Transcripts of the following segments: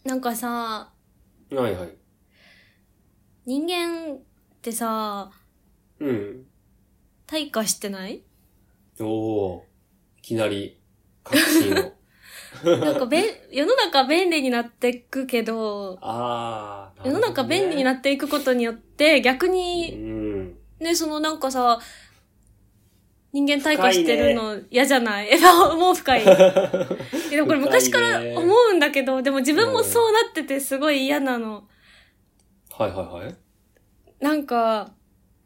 なんかさ、 はいはい。 人間ってさ、 うん。 退化してない？ おー。いきなり、確信を。 なんか世の中便利になっていくけど、 あー、な世のるほど中便利になね。 っていくことによって、逆うに、 ん。 ね、そのなんかさ、人間退化深いしてるね。 の嫌じゃない？もう深い。でもこれ深い昔から思ね。 うんだけど、でも自分もそうん。 うなっててすごい嫌なの。 はいはいはい。 なんか、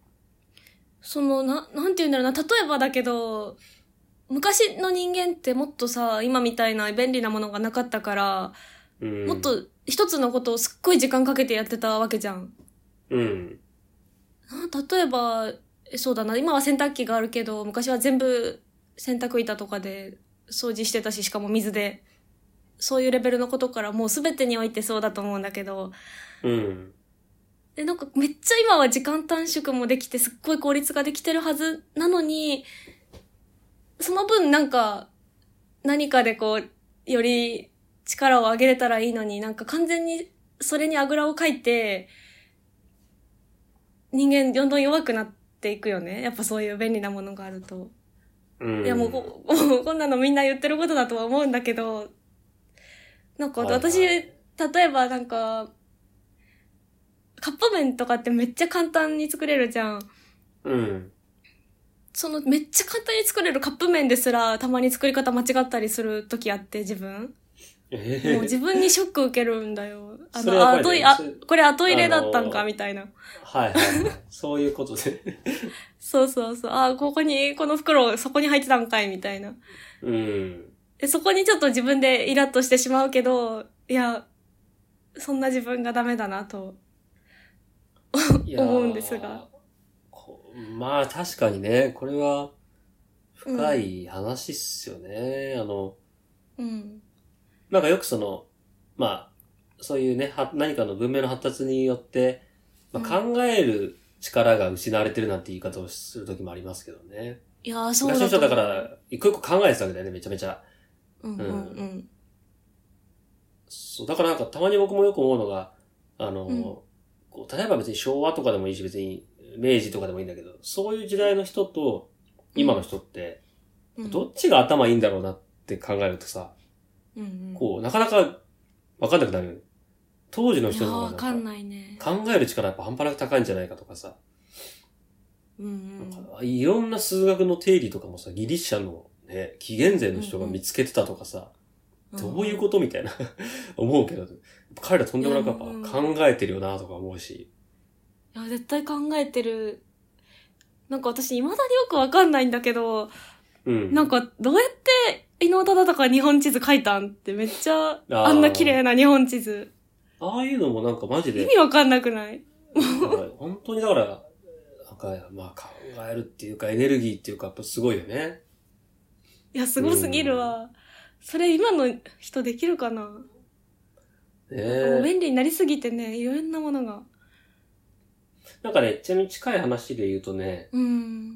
なんて言うんだろうな、例えばだけど、昔の人間ってもっとさ、今みたいな便利なものがなかったから、 うん。 もっと一つのことをすっごい時間かけてやってたわけじゃん。 うん。 例えば、そうだな、今は洗濯機があるけど、昔は全部洗濯板とかで掃除してたし、しかも水で。そういうレベルのことからもう全てにおいてそうだと思うんだけど、 うん。 で、なんかめっちゃ今は時間短縮もできてすっごい効率ができてるはずなのに、その分なんか何かでこう、より力を上げれたらいいのに、なんか完全にそれにあぐらをかいて、人間どんどん弱くなっていくよね。やっぱそういう便利なものがあると。 ういやもうん。 こんなのみんな言ってることだとは思うんだけど、なんか私、 はいはい。 例えばなんか、カップ麺とかってめっちゃ簡単に作れるじゃん。 うん。 そのめっちゃ簡単に作れるカップ麺ですらたまに作り方間違ったりする時あって自分。もう自ええ分にショック受けるんだよ。 それやっぱりね、 これ後入あれだったんかのみたいな。 はいはいはい。そういうことで。 そうそうそう。この袋そこに入ってたんかいみたいな。 うん。 で、そこにちょっと自分でイラッとしてしまうけど、いや、そんな自分がダメだなといや思うんですが。 ー、まあ確かにね、これは深うん。 い話っすよね。 うん。 なんかよくまあ、そういうね、何かの文明の発達によって、まあ、 うん。 考える力が失われてるなんて言い方をする時もありますけどね。 いやー、そう昔のだ人だから、 と思う。 一個一個考えてたわけだよね、めちゃめちゃ。 うんうんううん。 ん。 そう、だからなんかたまに僕もよく思うのが、 うん。 例えば別に昭和とかでもいいし、別に明治とかでもいいんだけど、そういう時代の人と今のうん。 人って、 うん。 どっちが頭いいんだろうなって考えるとさ、 うん。 なかなかわかんなくなるよね。当時のいやー、 人の方がなんか、 わかんないね。 考える力やっぱ半端なく高いんじゃないかとかさ、 うんうん。 いろんな数学の定理とかもさ、ギリシャのね、紀元前の人が見うんうん。 つけてたとかさ、 うんどういううん。 ことみたいな思うけど、彼らとんでもなくやっいや、うん。 ぱ考えてるよなとか思うし。 いや、絶対考えてる。なんか私、未だによくわかんないんだけど、 うん。 なんか、どうやって伊能忠敬日本地図書いたんってめっちゃ、あんな綺あ麗な日本地図。 あ、ああいうのもなんかマジ意味で、 わかんなくない？ なんか本当にだから、なんかまあ考えるっていうかエネルギーっていうかやっぱすごいよね。 いや、すうごすぎるん。 わ。それ今の人できるかな？ ねなんかもうえ。 便利になりすぎてね、いろんなものが。 なんかね、ちなみに近い話で言うとね、 うん。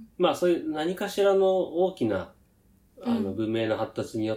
まあそういう何かしらの大きな、 うん。 文明の発達によって、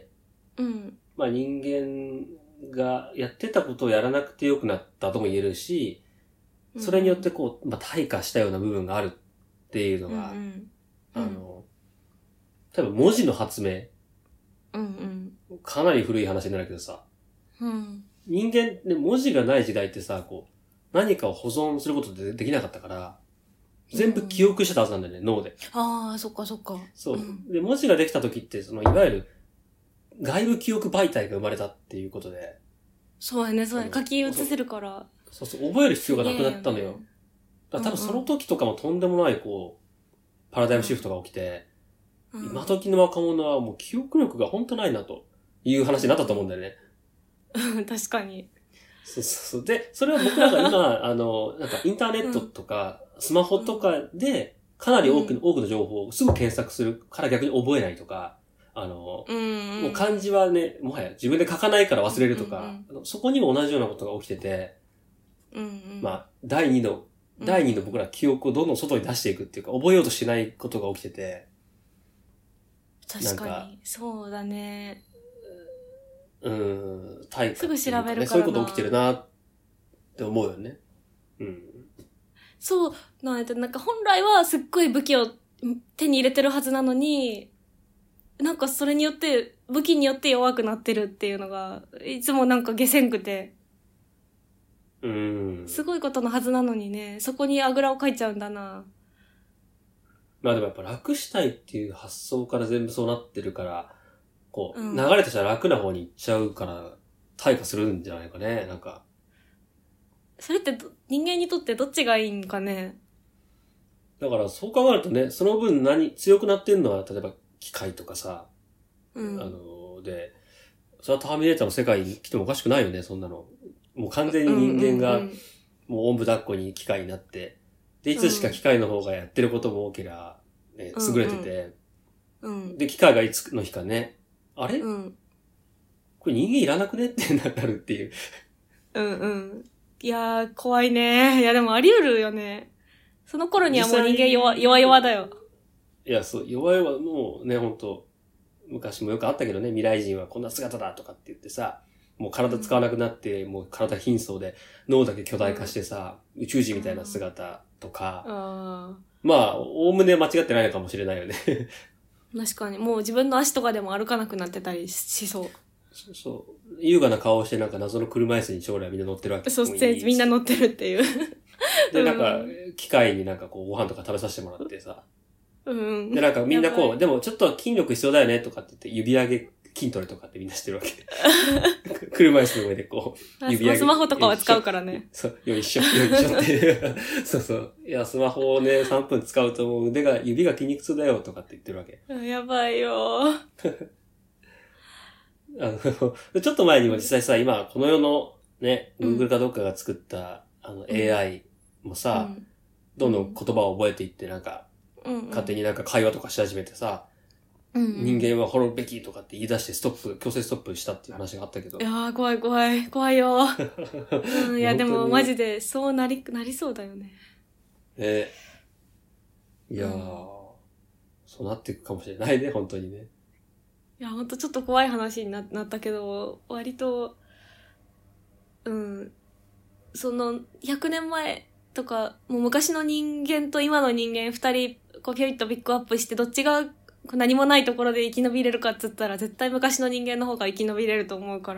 うん。 まあ人間がやってたことをやらなくてよくなったとも言えるし、 うんうそれによってん。 まあ退化したような部分があるっていうのうんうが、 ん。うん。 あの、多分文字の発明、 うんかなり古い話になるけどさ、 うん。うん。 人間ね、文字がない時代ってさ、何かを保存することってできなかったから、 う全部記ん。 憶してたはずなんだよね、脳で。 ああ、そっかそっか。 そうん。 う。で、文字ができた時って、いわゆる外部記憶媒体が生まれたっていうことで、 そうやね、そうやね。書き写そう、 せるから。 そうそう、覚える必要すげがなくなえよね。 ったのよ。だから多分そのうんうん。 時とかもとんでもない、パラダイムシフトが起きて、今時の若者はもう記憶力が本当ないなという話になったと思うんだよね。 うん。確かに。 そうそうそう。で、それは僕らが今、なんかインターネットうん。 とか、スマホとかで、かなりうん多くの情報をすぐ検索するから逆に覚えないとか、 うんうもうん。 漢字はね、もはや自分で書かないから忘れるとか、 うんそこにも同じようなことが起きてて、 うんうん。 まあ、第二の僕うん。 ら記憶をどんどん外に出していくっていうか、覚えようとしないことが起きてて、なんか、 確かに。そうだね。 対価、 すぐ調べるからな。 そういうこと起きてるなって思うよね。うん。 そうなんか本来はすっごい武器を手に入れてるはずなのに、なんかそれによって、武器によって弱くなってるっていうのが、いつもなんか下せんくて。すごいことのはずなのにね、そこにあぐらをかいちゃうんだな。 まあでもやっぱ楽したいっていう発想から全部そうなってるから、こう、流れとしては楽な方に行っちゃうから、対価するんじゃないかね、なんか。 それって人間にとってどっちがいいんかね。 だからそう考えるとね、その分強くなってんのは、例えば機械とかさ、で、それはターミネーターの世界に来てもおかしくないよね、そんなの。もう完全に人間が、もうおんぶ抱っこに機械になって、で、いつしか機械の方がやってることも多けりゃ、ね、優れてて、で、機械がいつの日かね、あれ、これ人間いらなくねってなるっていう。 いやー、怖いね。いや、でもあり得るよね。その頃にはもう人間弱だよ。 いや、そう、弱々もうね、ほんと、昔もよくあったけどね、未来人はこんな姿だとかって言ってさ、もう体使わなくなって、もう体貧相で、脳だけ巨大化してさ、宇宙人みたいな姿とか、まあ、おおむね間違ってないのかもしれないよね。 確かに、もう自分の足とかでも歩かなくなってたりしそう。 そう。優雅な顔をしてなんか謎の車椅子に将来みんな乗ってるわけ。 そう、みんな乗ってるっていう。 で、なんか、機械になんかこう、ご飯とか食べさせてもらってさ。で、なんかみんなこう、でもちょっと筋力必要だよねとかって言って、指上げ筋トレとかってみんなしてるわけ。車椅子の上でこう、指上げ。 スマホとかは使うからね。 そう、よいしょって。そうそう。いや、スマホをね、3分使うともう指が筋肉痛だよとかって言ってるわけ。 やばいよちょっと前にも実際さ、今、この世のね、Google かどっかが作った、AI もさ、どんどん言葉を覚えていって、なんか、勝手になんか会話とかし始めてさ、人間は滅ぶべきとかって言い出して強制ストップしたっていう話があったけど。 いやー、怖いよ。いや、でもマジで、そうなりそうだよね。 いやー、そうなっていくかもしれないね、本当にね。 いや、ほんとちょっと怖い話になったけど、割と、その、100年前とか、もう昔の人間と今の人間二人、こう、ピョイッとピックアップして、どっちが何もないところで生き延びれるかっつったら、絶対昔の人間の方が生き延びれると思うから。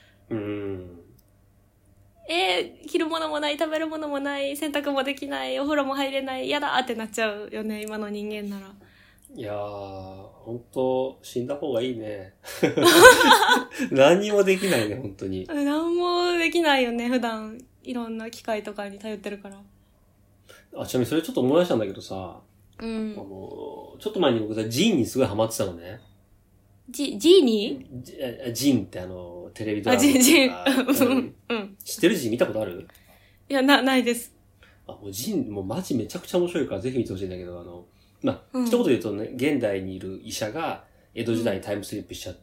着るものもない、食べるものもない、洗濯もできない、お風呂も入れない、やだーってなっちゃうよね、今の人間なら。 いやー、本当死んだ方がいいね。何もできないね、本当に。 何もできないよね、普段。いろんな機械とかに頼ってるから。 ちなみにそれちょっと思い出したんだけどさ、ちょっと前に僕さ、ジンにすごいハマってたのね。 ジーニージンってテレビドラマとか。知ってる？ジン見たことある？ いや、ないです。 もうジン、もうマジめちゃくちゃ面白いからぜひ見てほしいんだけど、一言で言うとね、現代にいる医者が江戸時代にタイムスリップしちゃって、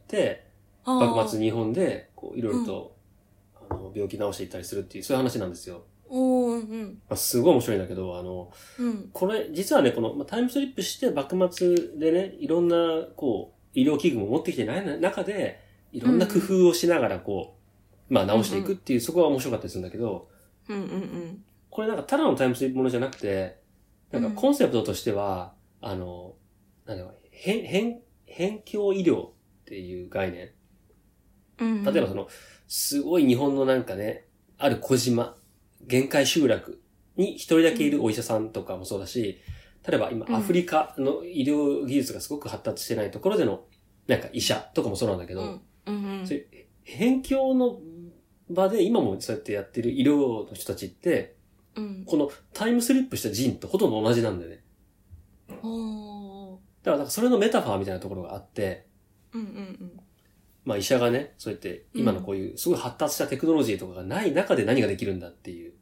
幕末日本で、こう、いろいろと、病気治していったりするっていう、そういう話なんですよ。すごい面白いんだけど、これ、実はね、この、タイムスリップして幕末でね、いろんな、こう、医療器具も持ってきてない中で、いろんな工夫をしながら、こう、治していくっていう、そこが面白かったりするんだけど、これなんかただのタイムスリップものじゃなくて、なんかコンセプトとしては、辺境医療っていう概念。例えばすごい日本のなんかね、ある小島、限界集落に一人だけいるお医者さんとかもそうだし、例えば今アフリカの医療技術がすごく発達してないところでの、なんか医者とかもそうなんだけど、そういう辺境の場で今もそうやってやってる医療の人たちって、このタイムスリップした人とほとんど同じなんだよね。だからそれのメタファーみたいなところがあって、医者がね、そうやって今のこういうすごい発達したテクノロジーとかがない中で何ができるんだっていう。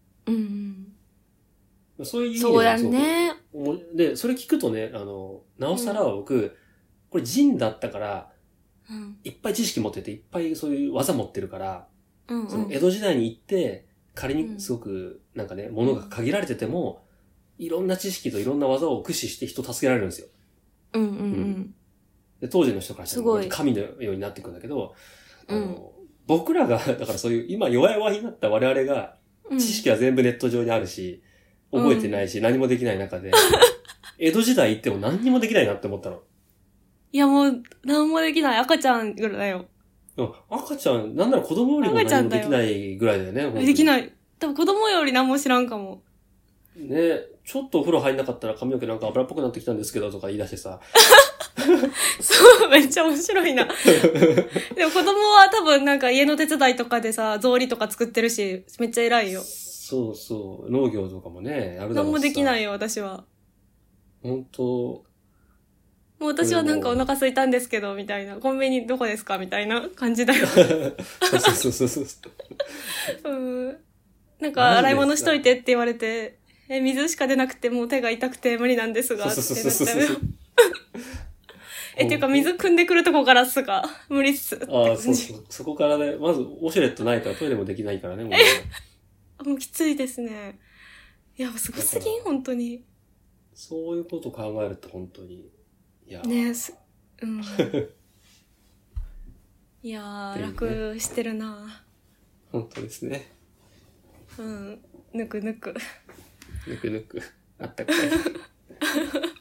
そういう意味でそうやね。 で、それ聞くとね、なおさらは僕、これ人だったから、いっぱい知識持ってて、いっぱいそういう技持ってるから、その江戸時代に行って、仮にすごくなんかね、物が限られてても、いろんな知識といろんな技を駆使して人を助けられるんですよ。で当時の人からしたら神のようになっていくんだけど、 僕らが、だからそういう、今弱々になった我々が、知識は全部ネット上にあるし、覚えてないし、何もできない中で、江戸時代行っても何にもできないなって思ったの。 いやもう、何もできない。赤ちゃんぐらいだよ。 赤ちゃん、なんなら子供よりも何もできないぐらいだよね。 できない。多分子供より何も知らんかも。 ね、ちょっとお風呂入んなかったら髪の毛なんか油っぽくなってきたんですけどとか言い出してさ。 そう、めっちゃ面白いな。でも子供は多分なんか家の手伝いとかでさ、草履とか作ってるし、めっちゃ偉いよ。 そうそう。農業とかもね、やるだろうしさ。 何もできないよ、私は。 本当。 もう私はなんかお腹空いたんですけど、みたいな。コンビニどこですかみたいな感じだよ。なんか洗い物しといてって言われて、水しか出なくてもう手が痛くて無理なんですが、ってなっちゃうよ。っていうか水汲んでくるとこからすが、無理っす。 ああ、そうそう。そこからね、まずウォシュレットないからトイレもできないからね、もう。もうきついですね。いや、すごすぎん、本当に。 そういうことを考えると本当に。いやねうん。いやー、ね、楽してるな。 本当ですね。 うん。ぬくぬく。 ぬくぬく。あったかい。